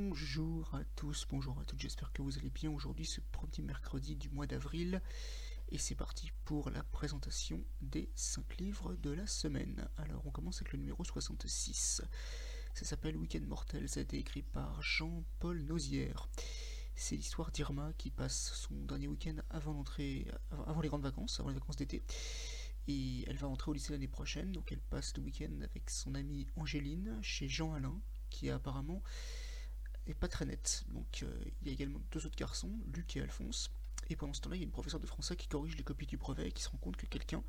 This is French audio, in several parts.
Bonjour à tous, bonjour à toutes, j'espère que vous allez bien aujourd'hui, ce premier mercredi du mois d'avril, et c'est parti pour la présentation des 5 livres de la semaine. Alors on commence avec le numéro 66, ça s'appelle Week-end Mortel, ça a été écrit par Jean-Paul Nozière. C'est l'histoire d'Irma qui passe son dernier week-end avant les grandes vacances, avant les vacances d'été, et elle va rentrer au lycée l'année prochaine, donc elle passe le week-end avec son amie Angéline chez Jean-Alain, qui apparemment est pas très nette. Donc il y a également deux autres garçons, Luc et Alphonse. Et pendant ce temps-là, il y a une professeure de français qui corrige les copies du brevet et qui se rend compte que quelqu'un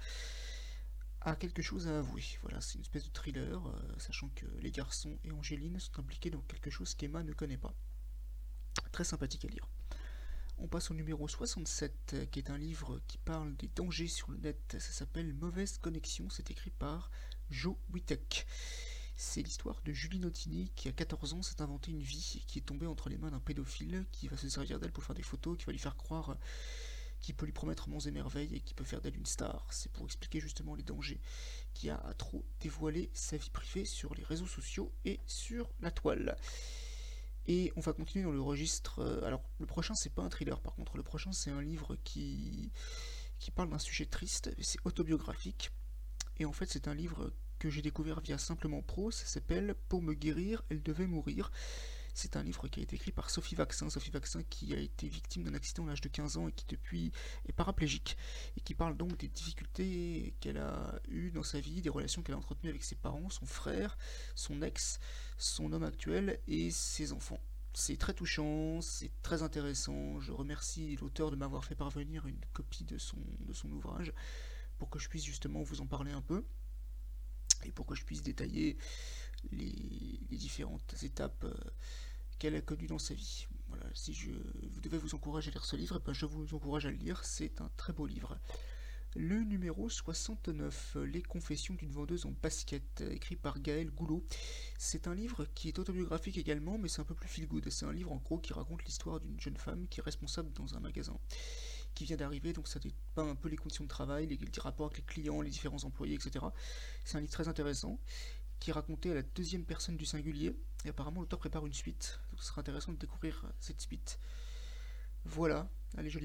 a quelque chose à avouer. Voilà, c'est une espèce de thriller, sachant que les garçons et Angéline sont impliqués dans quelque chose qu'Emma ne connaît pas. Très sympathique à lire. On passe au numéro 67, qui est un livre qui parle des dangers sur le net. Ça s'appelle Mauvaise connexion, c'est écrit par Joe Witek. C'est l'histoire de Julie Notini qui, à 14 ans, s'est inventé une vie et qui est tombée entre les mains d'un pédophile qui va se servir d'elle pour faire des photos, qui va lui faire croire qu'il peut lui promettre monts et merveilles et qui peut faire d'elle une star. C'est pour expliquer justement les dangers qu'il y a à trop dévoiler sa vie privée sur les réseaux sociaux et sur la toile. Et on va continuer dans le registre. Alors, le prochain, c'est pas un thriller par contre. Le prochain, c'est un livre qui parle d'un sujet triste, c'est autobiographique. Et en fait, c'est un livre que j'ai découvert via Simplement Pro, ça s'appelle Pour me guérir, elle devait mourir. C'est un livre qui a été écrit par Sophie Vaccin qui a été victime d'un accident à l'âge de 15 ans et qui depuis est paraplégique, et qui parle donc des difficultés qu'elle a eues dans sa vie, des relations qu'elle a entretenues avec ses parents, son frère, son ex, son homme actuel et ses enfants. C'est très touchant, c'est très intéressant, je remercie l'auteur de m'avoir fait parvenir une copie de son ouvrage pour que je puisse justement vous en parler un peu et pour que je puisse détailler les différentes étapes qu'elle a connues dans sa vie. Voilà, si je devais vous encourager à lire ce livre, ben je vous encourage à le lire, c'est un très beau livre. Le numéro 69, Les confessions d'une vendeuse en basket, écrit par Gaël Goulot. C'est un livre qui est autobiographique également, mais c'est un peu plus feel good. C'est un livre en gros qui raconte l'histoire d'une jeune femme qui est responsable dans un magasin, qui vient d'arriver, donc ça dépeint un peu les conditions de travail, les rapports avec les clients, les différents employés, etc. C'est un livre très intéressant, qui est raconté à la deuxième personne du singulier, et apparemment l'auteur prépare une suite, donc ce sera intéressant de découvrir cette suite. Voilà, allez, jolie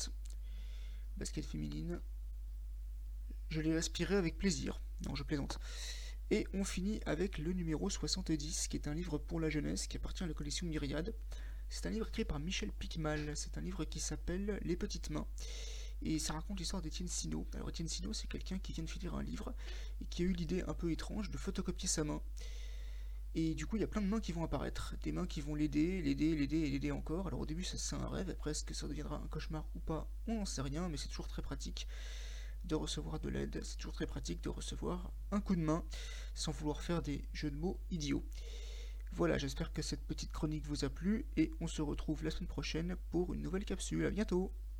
basket féminine, je l'ai respiré avec plaisir, non je plaisante. Et on finit avec le numéro 70, qui est un livre pour la jeunesse, qui appartient à la collection Myriade. C'est un livre écrit par Michel Picmal, c'est un livre qui s'appelle Les petites mains, et ça raconte l'histoire d'Étienne Sino. Alors Étienne Sino, c'est quelqu'un qui vient de finir un livre, et qui a eu l'idée un peu étrange de photocopier sa main. Et du coup, il y a plein de mains qui vont apparaître, des mains qui vont l'aider encore. Alors au début, ça c'est un rêve, après est-ce que ça deviendra un cauchemar ou pas, on n'en sait rien, mais c'est toujours très pratique de recevoir de l'aide, c'est toujours très pratique de recevoir un coup de main, sans vouloir faire des jeux de mots idiots. Voilà, j'espère que cette petite chronique vous a plu, et on se retrouve la semaine prochaine pour une nouvelle capsule. À bientôt!